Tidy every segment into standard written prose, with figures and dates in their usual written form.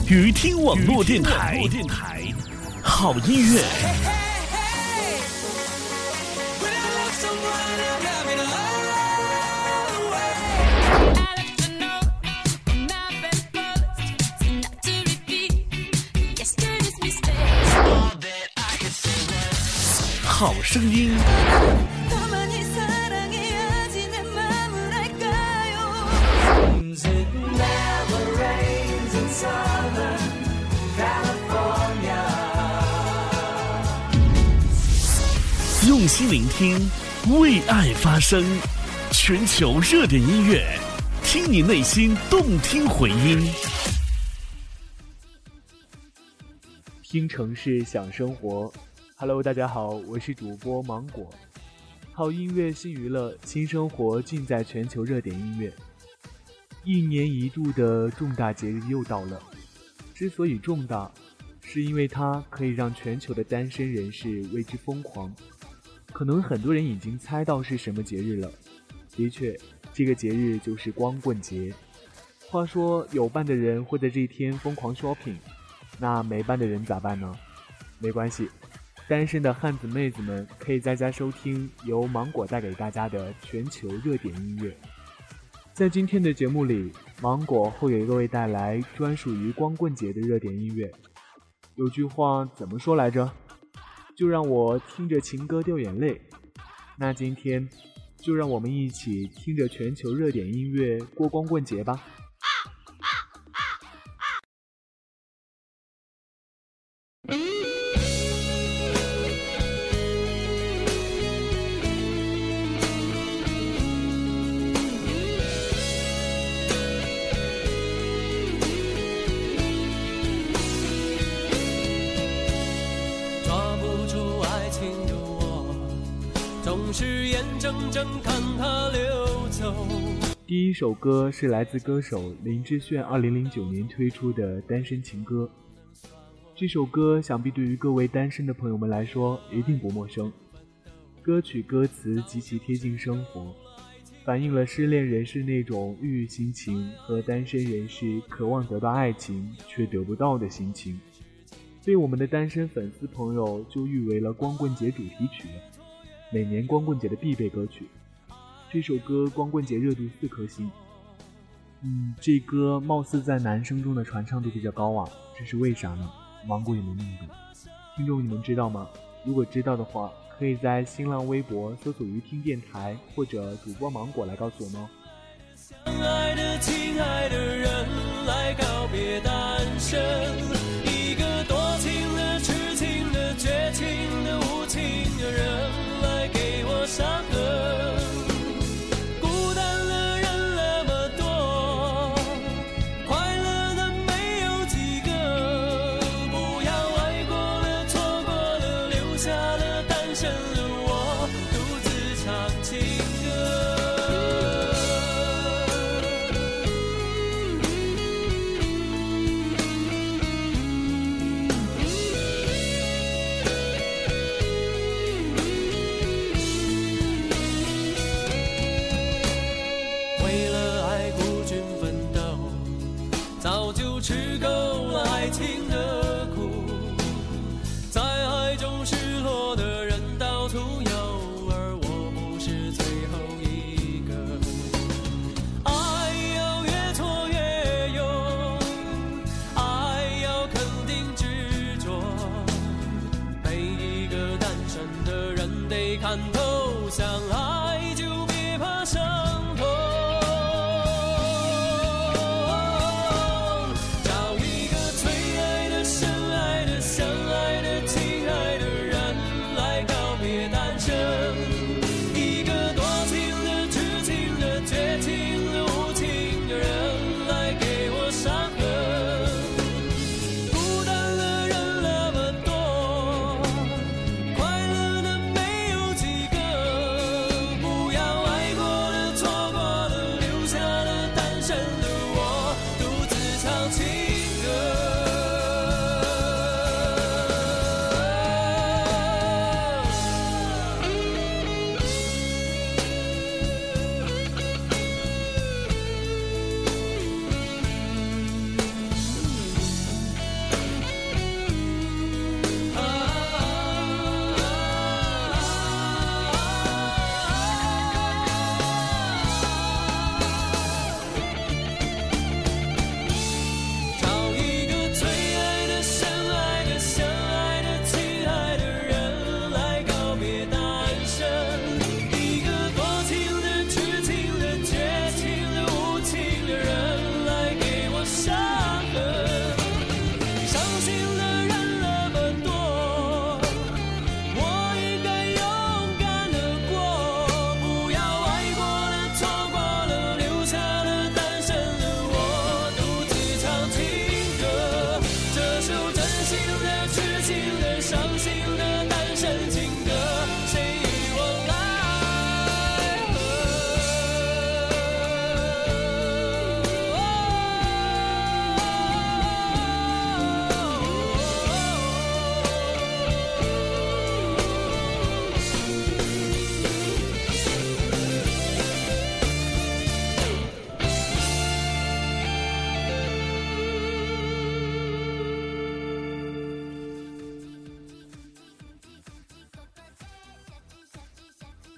鱼听网络电台，好音乐。好声音。用心聆听，为爱发声，全球热点音乐，听你内心动听回音。 听城市，享生活。Hello， 大家好，我是主播芒果。好音乐，新娱乐，新生活尽在全球热点音乐。一年一度的重大节日又到了，之所以重大，是因为它可以让全球的单身人士为之疯狂。可能很多人已经猜到是什么节日了。的确，这个节日就是光棍节。话说，有伴的人会在这一天疯狂 shopping， 那没伴的人咋办呢？没关系，单身的汉子妹子们可以在家收听由芒果带给大家的全球热点音乐。在今天的节目里，芒果会给各位带来专属于光棍节的热点音乐。有句话怎么说来着？就让我听着情歌掉眼泪。那今天就让我们一起听着全球热点音乐过光棍节吧。 是眼睁睁看它流走。 第一首歌是来自歌手林志炫2009年推出的《单身情歌》。这首歌想必对于各位单身的朋友们来说一定不陌生。歌曲歌词极其贴近生活，反映了失恋人士那种郁郁心情和单身人士渴望得到爱情却得不到的心情，被我们的单身粉丝朋友就誉为了光棍节主题曲，每年光棍节的必备歌曲。这首歌光棍节热度4颗星。这歌貌似在男生中的传唱度比较高啊，这是为啥呢？芒果也没那么多。听众你们知道吗？如果知道的话，可以在新浪微博搜索鱼听电台或者主播芒果来告诉我们哦。 相爱的亲爱的人来告别单身，一个多情的痴情的绝情的无情的人来给我伤痕。孤单的人那么多，快乐的没有几个，不要爱过了错过了，留下了单身的我独自唱情歌。早就吃够了爱情的苦，在爱中失落的人到处有，而我不是最后一个。爱要越挫越勇，爱要肯定执着，每一个单身的人得看透，相爱就别怕伤痛。不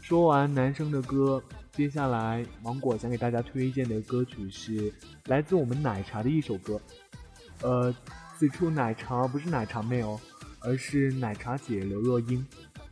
说完男生的歌，接下来芒果想给大家推荐的歌曲是来自我们奶茶的一首歌。此处奶茶不是奶茶妹哦，而是奶茶姐刘若英。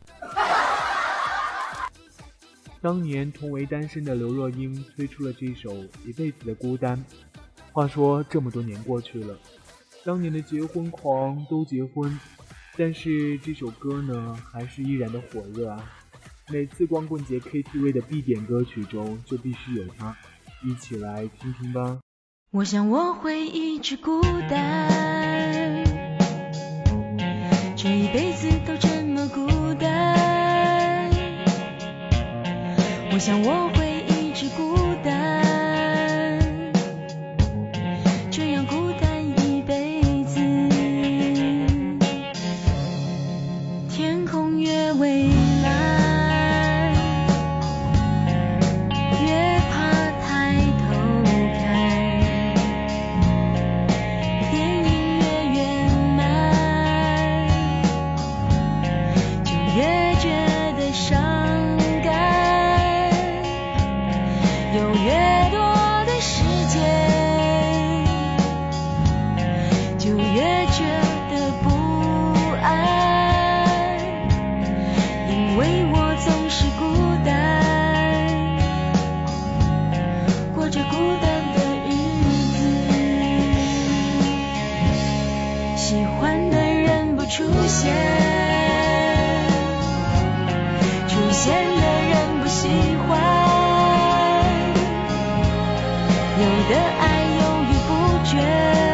当年同为单身的刘若英推出了这首《一辈子的孤单》。话说这么多年过去了，当年的结婚狂都结婚，但是这首歌呢还是依然的火热啊！每次光棍节 KTV 的必点歌曲中就必须有它，一起来听听吧。 我想我会一直孤单，这一辈子都这么孤单。我想我会一直孤单，这样孤单一辈子。天空越蔚蓝，越怕抬头看，电影越圆满，就越觉得伤感。有越多的时间，就越觉得不安，因为我总是孤单，过着孤单的日子。喜欢的人不出现，出现的人不喜欢，有的爱犹豫不决，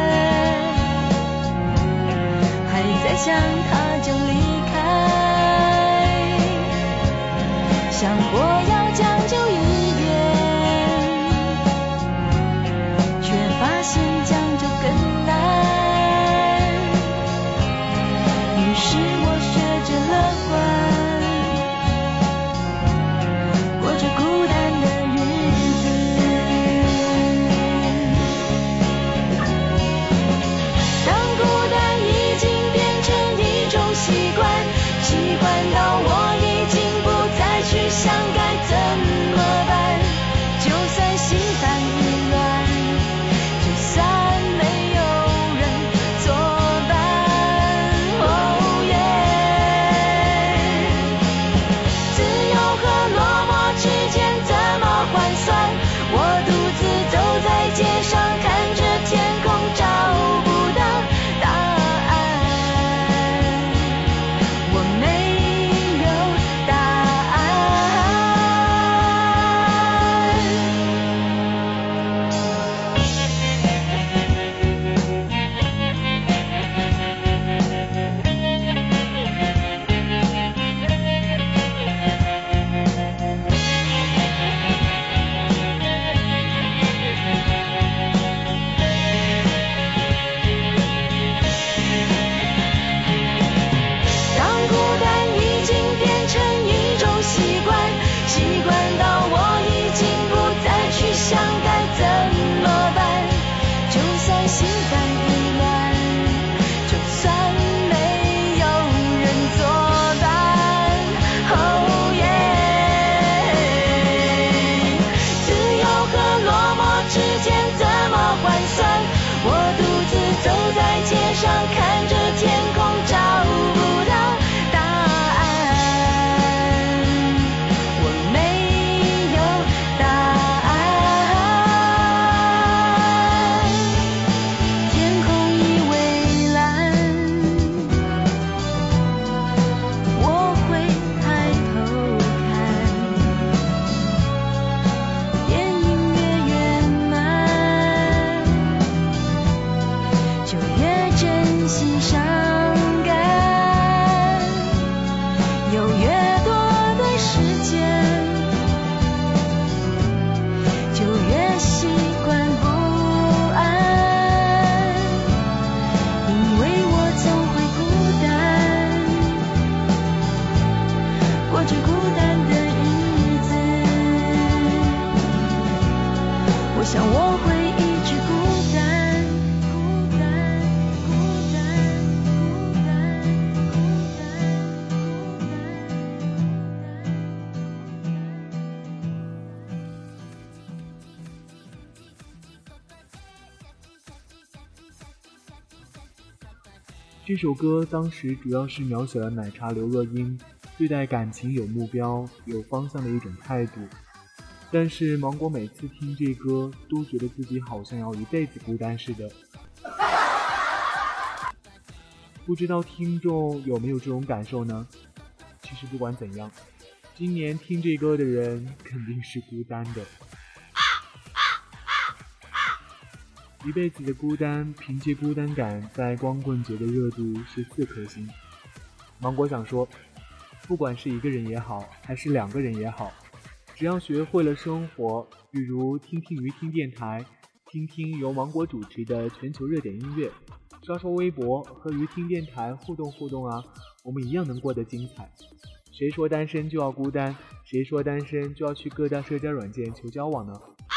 还在想他就离开，想过要将就一点，却发现将就更难，于是我学着乐观，过着孤单的日子。当孤单已经变成一种习惯，习惯到我已经不再去想该怎么办，就算心烦意乱，就算没有人作伴。哦耶，自由和落寞之间怎么换算？我独自走在街上，看着天空，找不到答案。我没有答案。当孤单已经变成一种习惯，习惯到我已经不再去想该怎么办，就算心烦意乱，就算没有人作伴。哦耶，自由和落寞之间怎么换算？我独自走在街上，看着天空，找不到答案。我没有答案。天空已蔚蓝，我会抬头看，电影越圆满，就越珍惜伤感，有越多的时间，就越习惯不安，因为我总会孤单，过着孤单的日子。我想我会一直孤单，孤单。 这首歌当时主要是描写了奶茶刘若英对待感情有目标、有方向的一种态度。但是芒果每次听这歌都觉得自己好像要一辈子孤单似的。不知道听众有没有这种感受呢？其实不管怎样，今年听这歌的人肯定是孤单的。一辈子的孤单，凭借孤单感在光棍节的热度是4颗星。芒果想说，不管是一个人也好，还是2个人也好，只要学会了生活，比如听听鱼听电台，听听由芒果主持的全球热点音乐，刷刷微博和鱼听电台互动互动啊，我们一样能过得精彩。谁说单身就要孤单？谁说单身就要去各大社交软件求交往呢？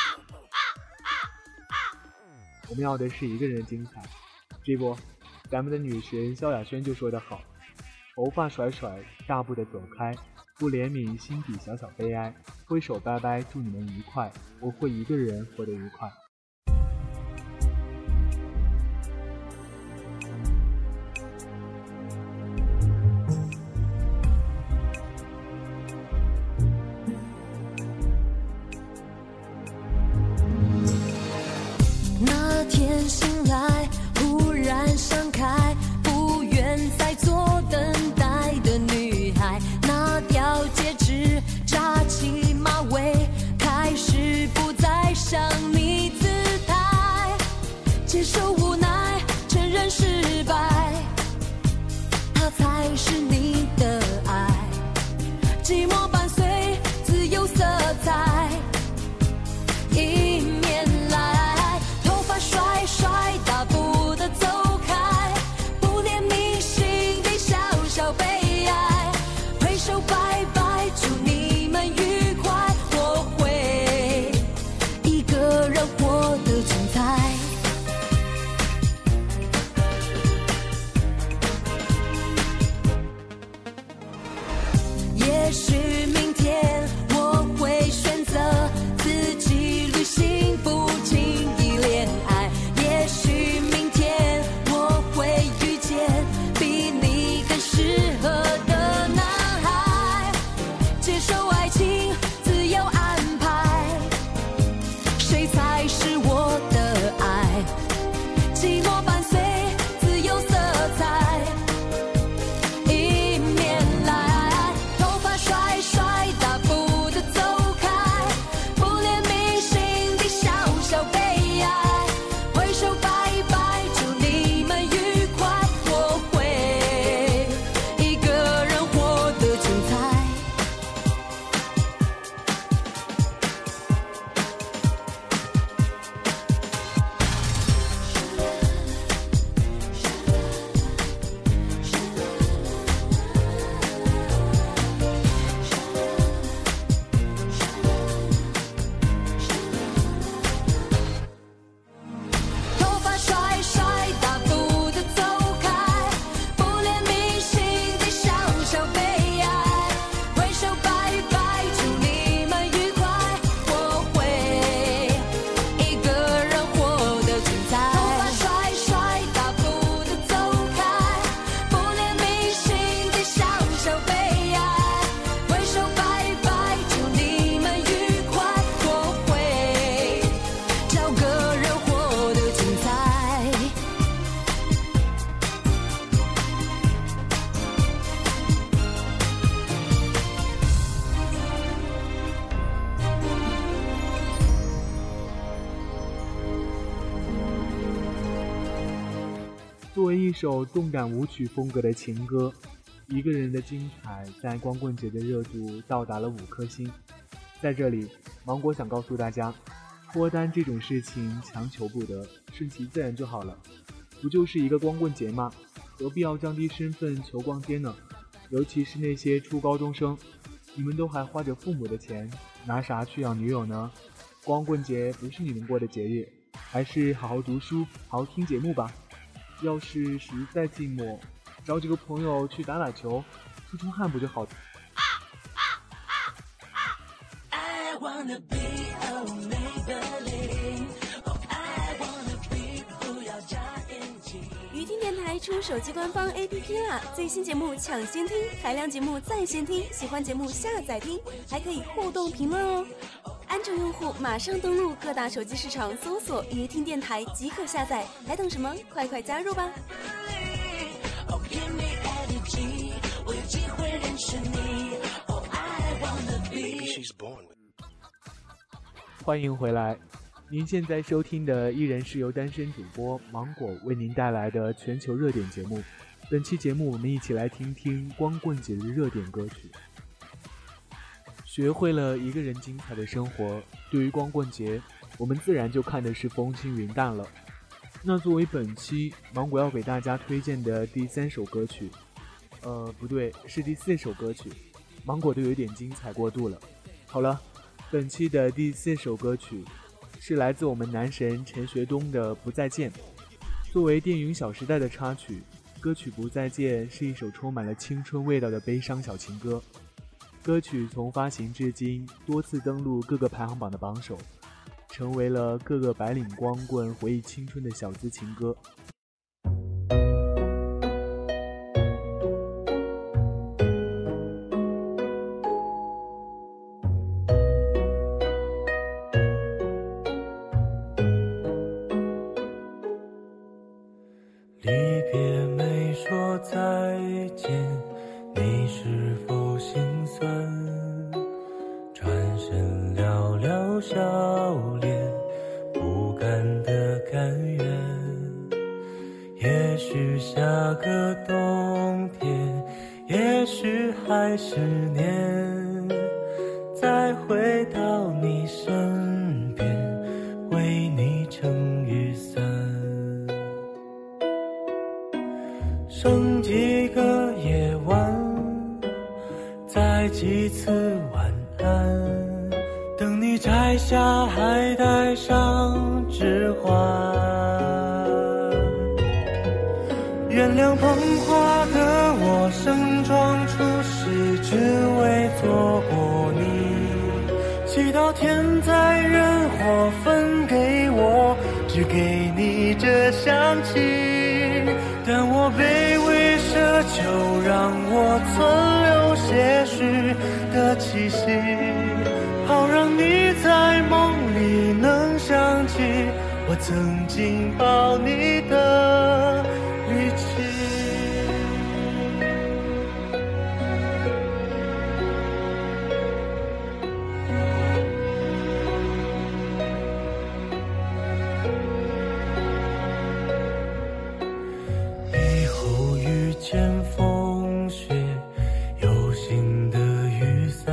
我们要的是一个人的精彩。这不，咱们的女神萧亚轩就说得好，头发甩甩，大步的走开，不怜悯心底小小悲哀，挥手拜拜，祝你们愉快，我会一个人活得愉快。 那天醒来，忽然想开，不愿再做等待的女孩。那条戒指扎起马尾，开始不再像你姿态。接受无奈，承认失败，它才是你的爱。寂寞伴随自由色彩，迎面来，头发甩甩，大步的走开，不怜悯心底小小悲哀，挥手拜拜，祝你们愉快，我会一个人活得精彩。也许明天我会选择自己旅行，不轻易恋爱。也许明天我会遇见比你更适合的男孩。接受爱情，自由安排，谁才是我的爱？寂寞伴随自由色彩，迎面来，头发甩甩，大步的走开，不怜悯心底小小悲哀，挥手拜拜，祝你们愉快，我会一个人活得精彩。头发甩甩，大步的走开，不怜悯心底小小悲哀，挥手拜拜，祝你们愉快，我会一个人活得精彩。头发甩甩，大步的走开，不怜悯心底小小悲哀，挥手拜拜，祝你们愉快，我会找个人活得精彩。 作为一首动感舞曲风格的情歌，一个人的精彩在光棍节的热度到达了5颗星。在这里，芒果想告诉大家，脱单这种事情强求不得，顺其自然就好了。不就是一个光棍节吗？何必要降低身份求逛街呢？尤其是那些初高中生，你们都还花着父母的钱，拿啥去养女友呢？光棍节不是你们过的节日，还是好好读书，好好听节目吧。要是实在寂寞，找几个朋友去打打球，出出汗不就好 I wanna be a Maybelline, oh I wanna be 不要眨眼睛。 鱼听电台出手机官方 APP 啦！最新节目抢先听，海量节目在线听，喜欢节目下载听，还可以互动评论哦。安卓用户马上登录各大手机市场搜索鱼听电台即可下载，还等什么？快快加入吧！ 我有机会认识你。 欢迎回来，您现在收听的依然是由单身主播芒果为您带来的全球热点节目。本期节目我们一起来听听光棍节日热点歌曲。学会了一个人精彩的生活，对于光棍节我们自然就看的是风轻云淡了。那作为本期芒果要给大家推荐的第3首歌曲，不对，是第4首歌曲，芒果都有点精彩过度了。好了，本期的第4首歌曲是来自我们男神陈学冬的《不再见》。作为电影《小时代》的插曲，歌曲《不再见》是一首充满了青春味道的悲伤小情歌。歌曲从发行至今多次登陆各个排行榜的榜首，成为了各个白领光棍回忆青春的小资情歌。 离别没说再见，你是否心酸？转身寥寥笑脸，不甘的甘愿。也许下个冬天，也许还是年，再回到你身边，为你撑雨伞。剩几个夜晚，再几次晚安，等你摘下还戴上指环。原谅捧花的我，盛装出席，只为错过你。祈祷天灾人祸分给我，只给你这香气。但我卑微奢求，让我存留些许的气息，好让你在梦里能想起我曾经抱你的语气。见风雪，有新的雨伞，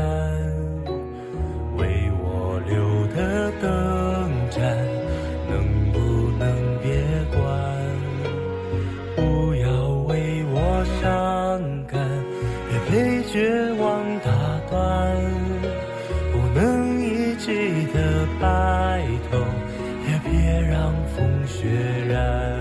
为我留的灯盏，能不能别关？不要为我伤感，别被绝望打断。不能一起的白头，也别让风雪染。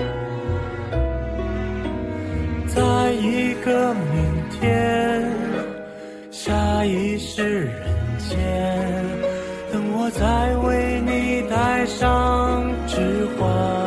在一个明天，下一世人间，等我再为你戴上指环。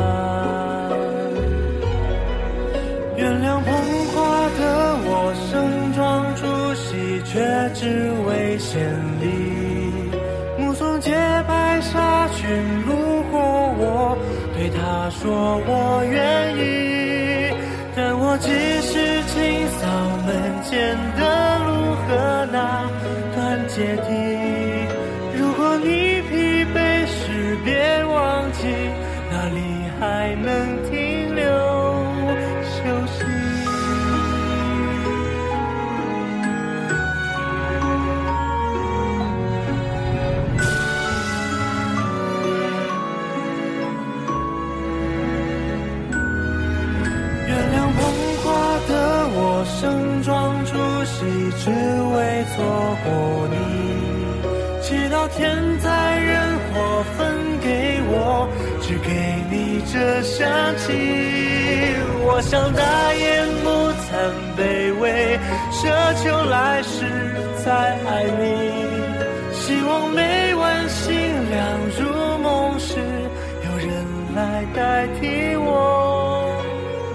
原谅捧花的我，盛装出席，却只为献礼。目送洁白纱裙路过我，对她说我愿意。但我只是清扫门前的路和那段阶梯。如果你疲惫时，别忘记哪里还能停留休息。盛装出席，只为错过你。祈祷天灾人祸分给我，只给你这香气。我想大言不惭卑微，奢求来世再爱你。希望每晚星亮入梦时，有人来代替我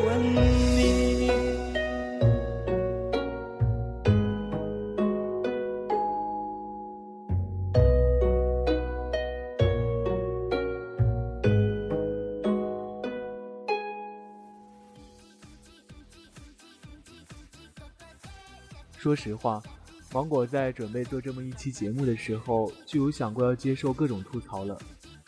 说实话，芒果在准备做这么一期节目的时候，就有想过要接受各种吐槽了。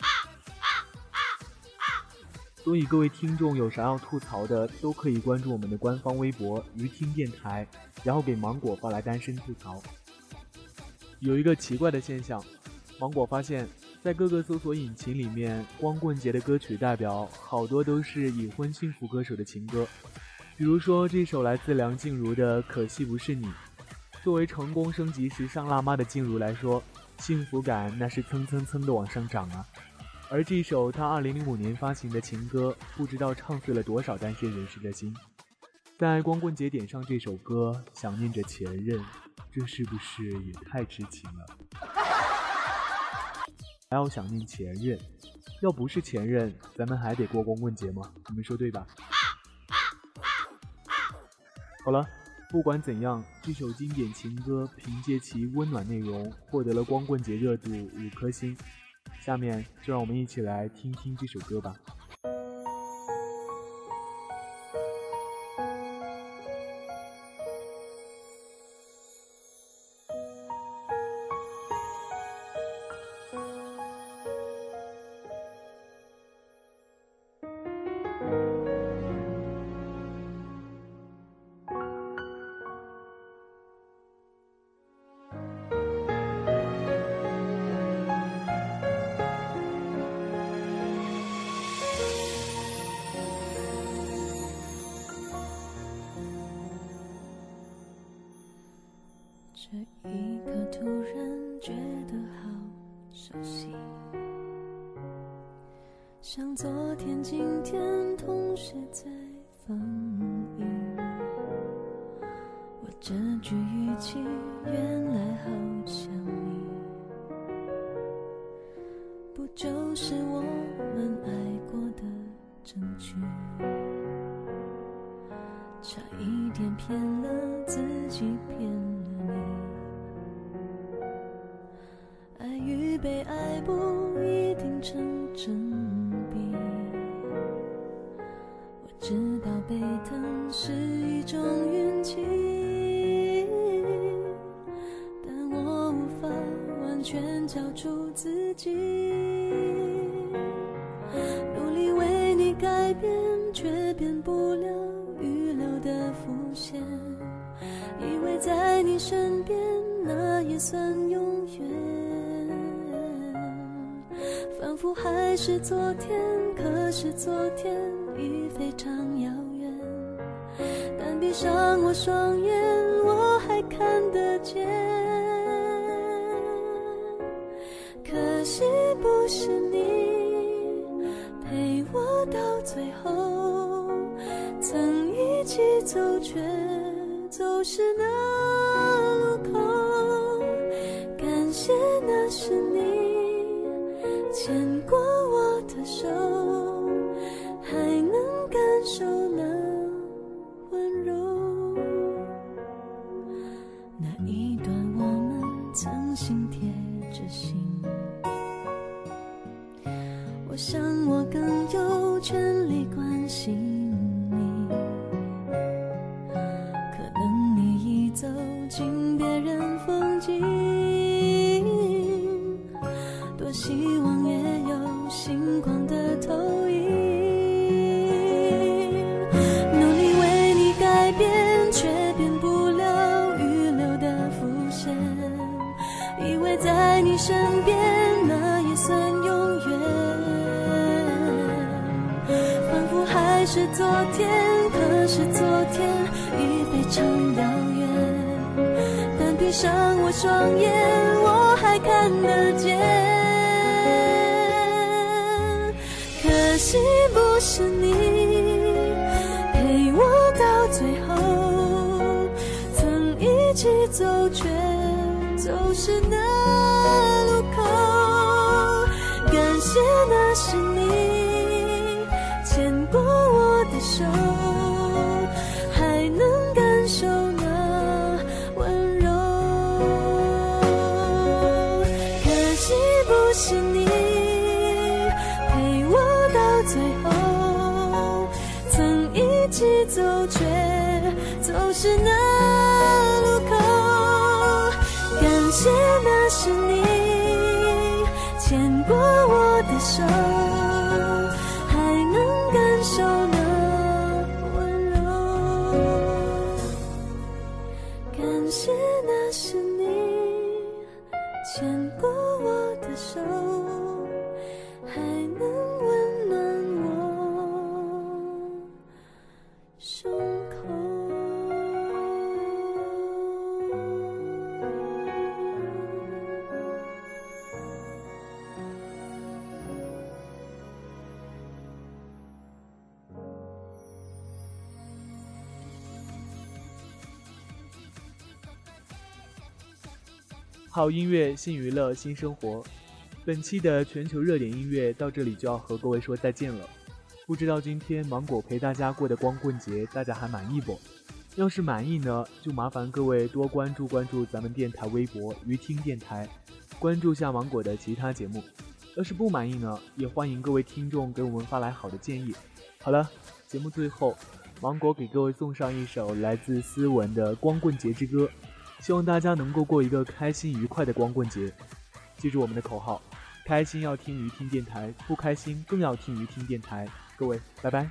所以各位听众有啥要吐槽的，都可以关注我们的官方微博鱼听电台，然后给芒果发来单身吐槽。有一个奇怪的现象，芒果发现在各个搜索引擎里面，光棍节的歌曲代表好多都是已婚幸福歌手的情歌。比如说这首来自梁静茹的《可惜不是你》，作为成功升级时尚辣妈的静茹来说，幸福感那是蹭蹭蹭的往上涨啊。而这首她2005年发行的情歌，不知道唱碎了多少单身人士的心。在光棍节点上这首歌，想念着前任，这是不是也太痴情了？还要想念前任，要不是前任，咱们还得过光棍节吗？你们说对吧？好了，不管怎样，这首经典情歌凭借其温暖内容，获得了光棍节热度5颗星。下面就让我们一起来听听这首歌吧。 这一刻突然觉得好熟悉，像昨天今天同时在放映。我这句语气原来好像你，不就是我们爱过的证据，差一点骗了自己，骗了你。爱与被爱不一定成正比，我知道被疼是一种运气，但我无法完全交出自己，努力为你改变，却变不了预留的伏线，以为在你身边那也算永远，仿佛还是昨天，可是昨天已非常遥远，但闭上我双眼，我还看得见。可惜不是你陪我到最后，曾一起走却走失那路口，感谢那是你牵过我的手，还能感受那温柔，那一段我们曾心贴着心，我想我更有权利关心你，可能你已走进别人风景，多希望也有星光的投影，努力为你改变，却变不了预留的伏线，以为在你身边那也算永远，仿佛还是昨天，可是昨天已非常遥远，但闭上我双眼，我还看得见。可惜不是你陪我到最后，曾一起走却走失那路口，感谢那是你牵过我的手，还能感受那温柔。可惜不是你陪我到最后，曾一起走，却总是那路口。感谢那是你牵过我的手，还能感受那温柔。感谢那是你牵过我的手，还能温暖我胸口。 好音乐，新娱乐，新生活。本期的全球热点音乐到这里就要和各位说再见了。不知道今天芒果陪大家过的光棍节，大家还满意不？要是满意呢，就麻烦各位多关注咱们电台微博鱼听电台，关注下芒果的其他节目。要是不满意呢，也欢迎各位听众给我们发来好的建议。好了，节目最后，芒果给各位送上一首来自思文的《光棍节之歌》。希望大家能够过一个开心愉快的光棍节。记住我们的口号，开心要听鱼听电台，不开心更要听鱼听电台。各位拜拜。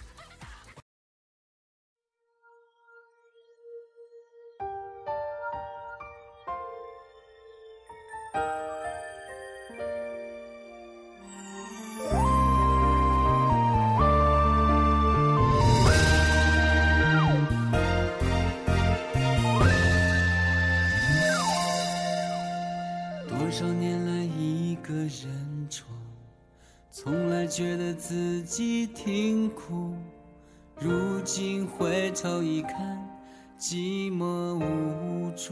多少年来一个人闯，从来觉得自己挺苦，如今回头一看，寂寞无助。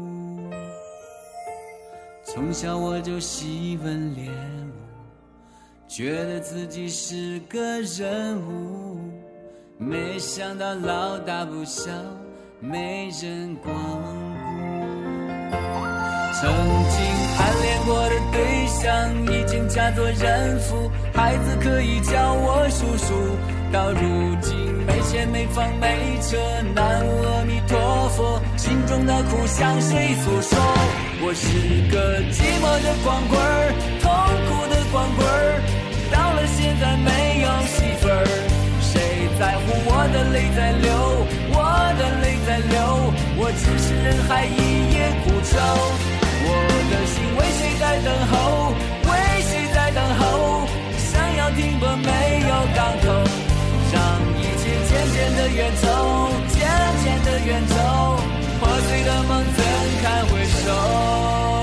从小我就喜欢练舞，觉得自己是个人物，没想到老大不小，没人光顾。曾经暗恋过的对象已经嫁作人妇，孩子可以叫我叔叔。到如今没钱没房没车，南无阿弥陀佛，心中的苦向谁诉说？我是个寂寞的光棍儿，痛苦的光棍儿，到了现在没有媳妇儿。谁在乎我的泪在流，我的泪在流，我只是人海一叶苦愁。我的心为谁在等候，为谁在等候，想要停泊没有港口，让一切渐渐的远走，渐渐的远走，破碎的梦怎堪回首？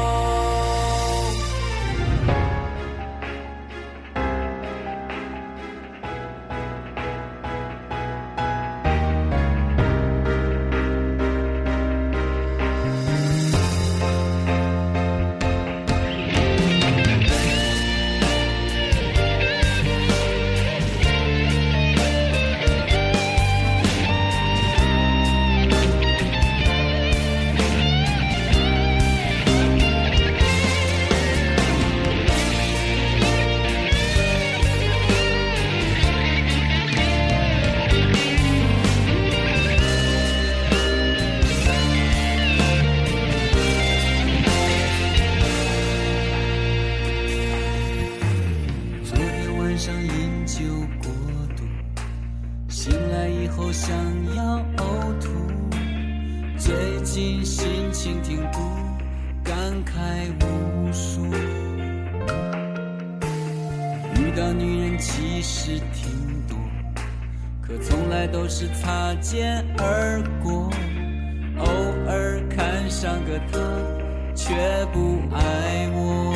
都是擦肩而过，偶尔看上个他，却不爱我。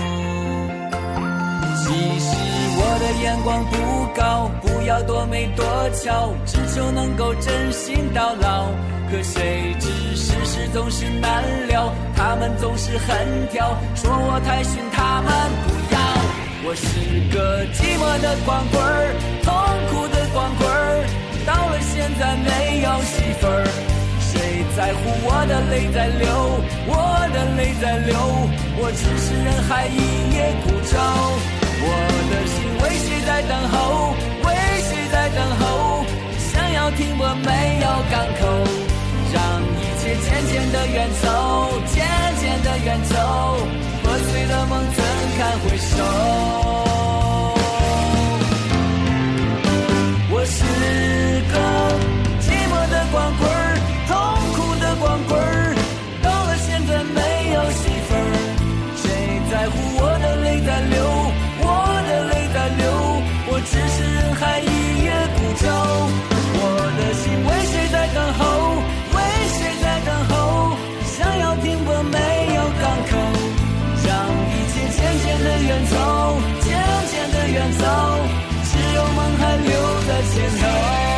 其实我的眼光不高，不要多美多巧，只求能够真心到老。可谁知世事总是难料，他们总是很挑，说我太逊，他们不要。我是个寂寞的光棍儿，痛苦的光棍儿，到了现在没有媳妇儿。谁在乎我的泪在流，我的泪在流，我只是人海一叶苦愁。我的心为谁在等候，为谁在等候，想要停泊没有港口，让一切渐渐的远走，渐渐的远走，破碎的梦怎堪回首？我是个寂寞的光棍儿，痛苦的光棍儿，到了现在没有媳妇儿，谁在乎我的泪在流，我的泪在流，我只是人海一叶孤舟，我的心为谁在等候，为谁在等候，想要停泊没有港口，让一切渐渐的远走，渐渐的远走，只有梦还留在前头。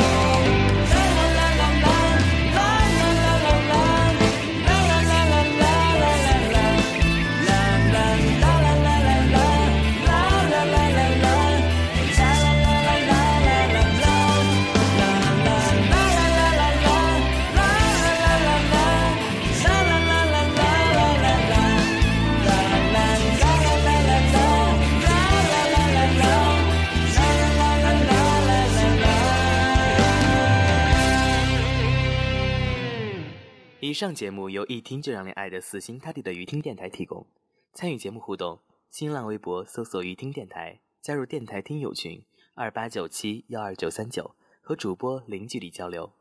以上节目由一听就让人爱的死心塌地的鱼听电台提供。参与节目互动，新浪微博搜索鱼听电台，加入电台听友群2897-12939，和主播零距离交流。